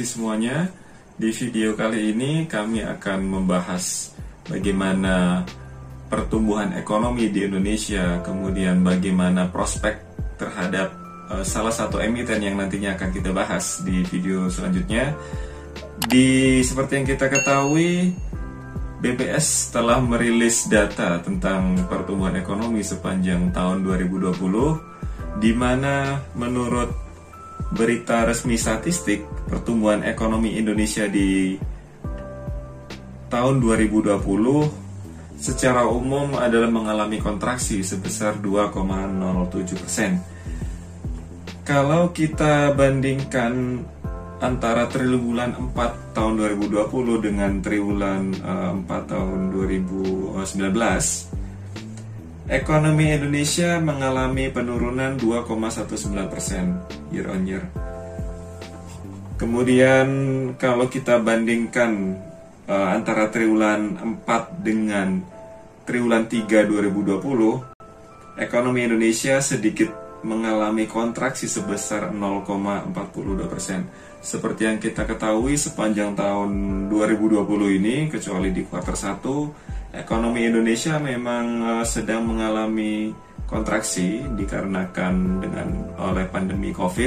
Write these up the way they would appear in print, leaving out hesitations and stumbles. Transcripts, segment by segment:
kasih semuanya. Di video kali ini kami akan membahas bagaimana pertumbuhan ekonomi di Indonesia, kemudian bagaimana prospek terhadap salah satu emiten yang nantinya akan kita bahas di video selanjutnya. Seperti yang kita ketahui, BPS telah merilis data tentang pertumbuhan ekonomi sepanjang tahun 2020, di mana menurut berita resmi statistik, pertumbuhan ekonomi Indonesia di tahun 2020 secara umum adalah mengalami kontraksi sebesar 2,07%. Kalau kita bandingkan antara triwulan 4 tahun 2020 dengan triwulan 4 tahun 2019, ekonomi Indonesia mengalami penurunan 2,19% year on year. Kemudian kalau kita bandingkan antara triwulan 4 dengan triwulan 3 2020, ekonomi Indonesia sedikit mengalami kontraksi sebesar 0,42%. Seperti yang kita ketahui, sepanjang tahun 2020 ini, kecuali di kuartal 1, ekonomi Indonesia memang sedang mengalami kontraksi dikarenakan oleh pandemi Covid.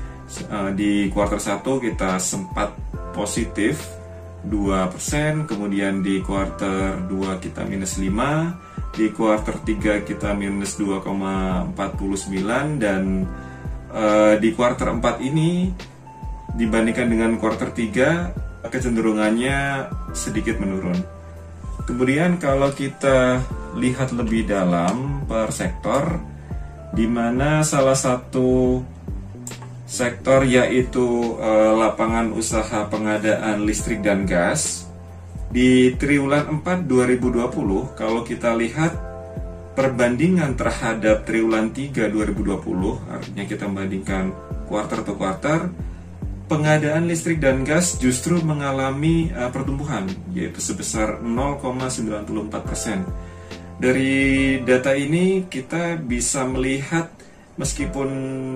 Di kuartal 1 kita sempat positif 2%, kemudian di kuartal 2 kita minus 5%, di kuartal 3 kita minus 2,49%, dan di kuartal 4 ini dibandingkan dengan kuartal 3 kecenderungannya sedikit menurun. Kemudian kalau kita lihat lebih dalam per sektor, di mana salah satu sektor yaitu lapangan usaha pengadaan listrik dan gas, di triwulan 4 2020, kalau kita lihat perbandingan terhadap triwulan 3 2020, artinya kita membandingkan kuartal ke kuartal, pengadaan listrik dan gas justru mengalami pertumbuhan, yaitu sebesar 0,94%. Dari data ini kita bisa melihat meskipun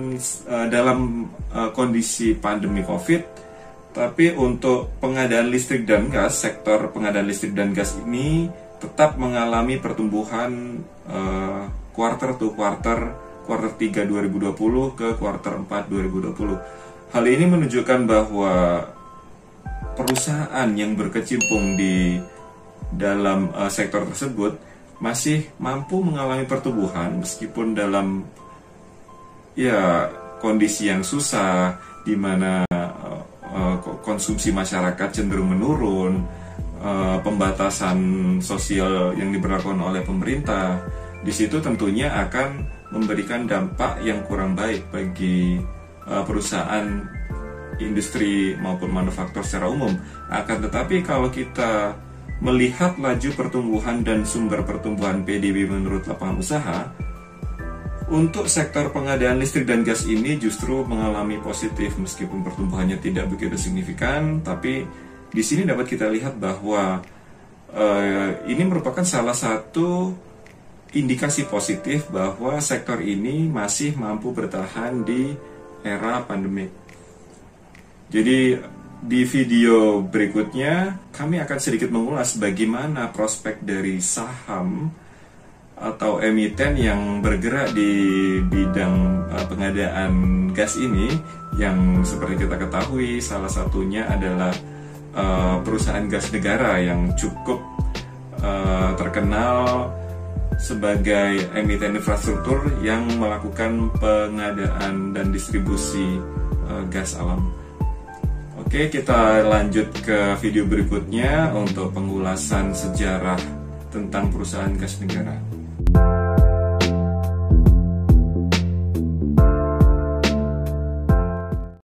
dalam kondisi pandemi Covid, tapi untuk pengadaan listrik dan gas, sektor pengadaan listrik dan gas ini tetap mengalami pertumbuhan kuartal to kuartal 3 2020 ke kuartal 4 2020. Hal ini menunjukkan bahwa perusahaan yang berkecimpung di dalam sektor tersebut masih mampu mengalami pertumbuhan meskipun dalam kondisi yang susah, di mana konsumsi masyarakat cenderung menurun, pembatasan sosial yang diberlakukan oleh pemerintah. Di situ tentunya akan memberikan dampak yang kurang baik bagi perusahaan industri maupun manufaktur secara umum. Akan tetapi kalau kita melihat laju pertumbuhan dan sumber pertumbuhan PDB menurut lapangan usaha, untuk sektor pengadaan listrik dan gas ini justru mengalami positif meskipun pertumbuhannya tidak begitu signifikan. Tapi di sini dapat kita lihat bahwa ini merupakan salah satu indikasi positif bahwa sektor ini masih mampu bertahan di era pandemik. Jadi di video berikutnya kami akan sedikit mengulas bagaimana prospek dari saham atau emiten yang bergerak di bidang pengadaan gas ini, yang seperti kita ketahui salah satunya adalah perusahaan gas negara yang cukup terkenal sebagai emiten infrastruktur yang melakukan pengadaan dan distribusi gas alam. Oke, kita lanjut ke video berikutnya untuk pengulasan sejarah tentang perusahaan gas negara.